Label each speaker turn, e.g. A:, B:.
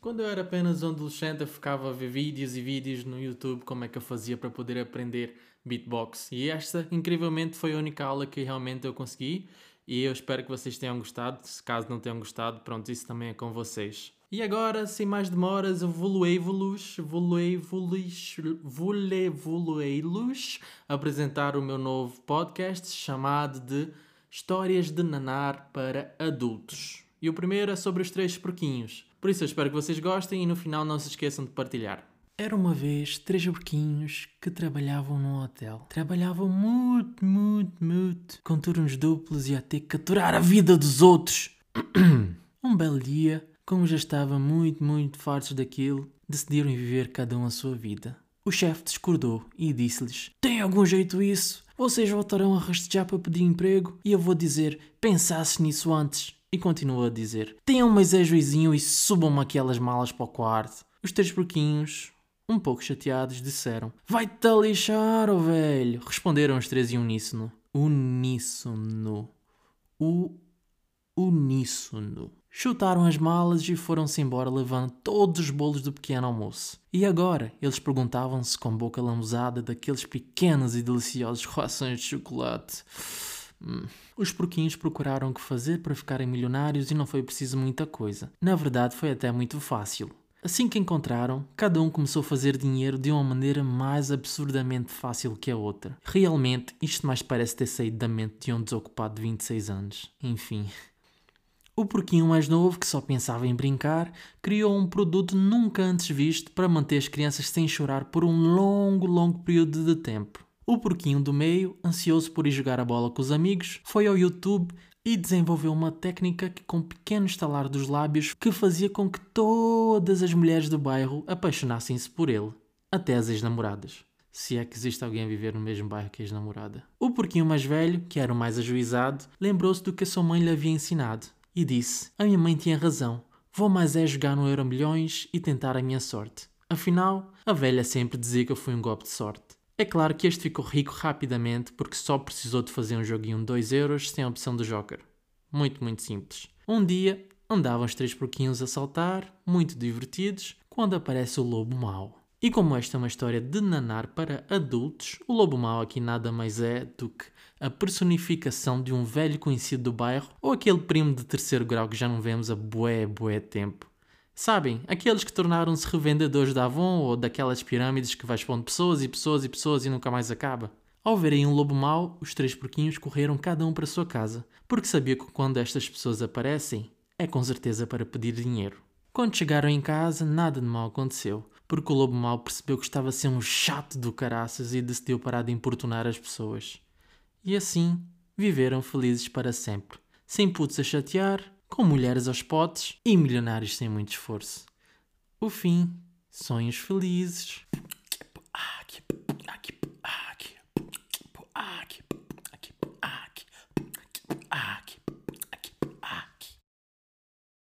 A: Quando eu era apenas um adolescente, eu ficava a ver vídeos e vídeos no YouTube como é que eu fazia para poder aprender beatbox. E esta, incrivelmente, foi a única aula que realmente eu consegui. E eu espero que vocês tenham gostado. Se caso não tenham gostado, pronto, isso também é com vocês. E agora, sem mais demoras, eu vou-los apresentar o meu novo podcast chamado de Histórias de Nanar para Adultos. E o primeiro é sobre os três porquinhos. Por isso eu espero que vocês gostem e no final não se esqueçam de partilhar. Era uma vez três porquinhos que trabalhavam num hotel. Trabalhavam muito, com turnos duplos e a ter que aturar a vida dos outros. Um belo dia, como já estavam muito fartos daquilo, decidiram viver cada um a sua vida. O chefe discordou e disse-lhes: "Tem algum jeito isso? Vocês voltarão a rastejar para pedir emprego e eu vou dizer, pensasse nisso antes." E continuou a dizer: "Tenham mais é juizinho e subam-me aquelas malas para o quarto." Os três porquinhos, um pouco chateados, disseram: "Vai-te a lixar, oh velho." Responderam os três em uníssono. Uníssono. Chutaram as malas e foram-se embora levando todos os bolos do pequeno almoço. E agora? Eles perguntavam-se com boca lambuzada daqueles pequenos e deliciosos croissants de chocolate. Os porquinhos procuraram o que fazer para ficarem milionários e não foi preciso muita coisa. Na verdade, foi até muito fácil. Assim que encontraram, cada um começou a fazer dinheiro de uma maneira mais absurdamente fácil que a outra. Realmente, isto mais parece ter saído da mente de um desocupado de 26 anos. Enfim. O porquinho mais novo, que só pensava em brincar, criou um produto nunca antes visto para manter as crianças sem chorar por um longo período de tempo. O porquinho do meio, ansioso por ir jogar a bola com os amigos, foi ao YouTube e desenvolveu uma técnica que, com um pequeno estalar dos lábios, que fazia com que todas as mulheres do bairro apaixonassem-se por ele. Até as ex-namoradas. Se é que existe alguém a viver no mesmo bairro que a ex-namorada. O porquinho mais velho, que era o mais ajuizado, lembrou-se do que a sua mãe lhe havia ensinado e disse: "A minha mãe tinha razão. Vou mais é jogar no Euromilhões e tentar a minha sorte." Afinal, a velha sempre dizia que eu fui um golpe de sorte. É claro que este ficou rico rapidamente porque só precisou de fazer um joguinho de 2 euros sem a opção do Joker. Muito simples. Um dia, andavam os três porquinhos a saltar, muito divertidos, quando aparece o lobo mau. E como esta é uma história de nanar para adultos, o lobo mau aqui nada mais é do que a personificação de um velho conhecido do bairro ou aquele primo de terceiro grau que já não vemos há bué tempo. Sabem, aqueles que tornaram-se revendedores da Avon ou daquelas pirâmides que vais pondo pessoas e nunca mais acaba. Ao verem um lobo mau, os três porquinhos correram cada um para a sua casa, porque sabia que quando estas pessoas aparecem, é com certeza para pedir dinheiro. Quando chegaram em casa, nada de mal aconteceu, porque o lobo mau percebeu que estava a ser um chato do caraças e decidiu parar de importunar as pessoas. E assim, viveram felizes para sempre, sem putos a chatear, com mulheres aos potes e milionários sem muito esforço. O fim, sonhos felizes.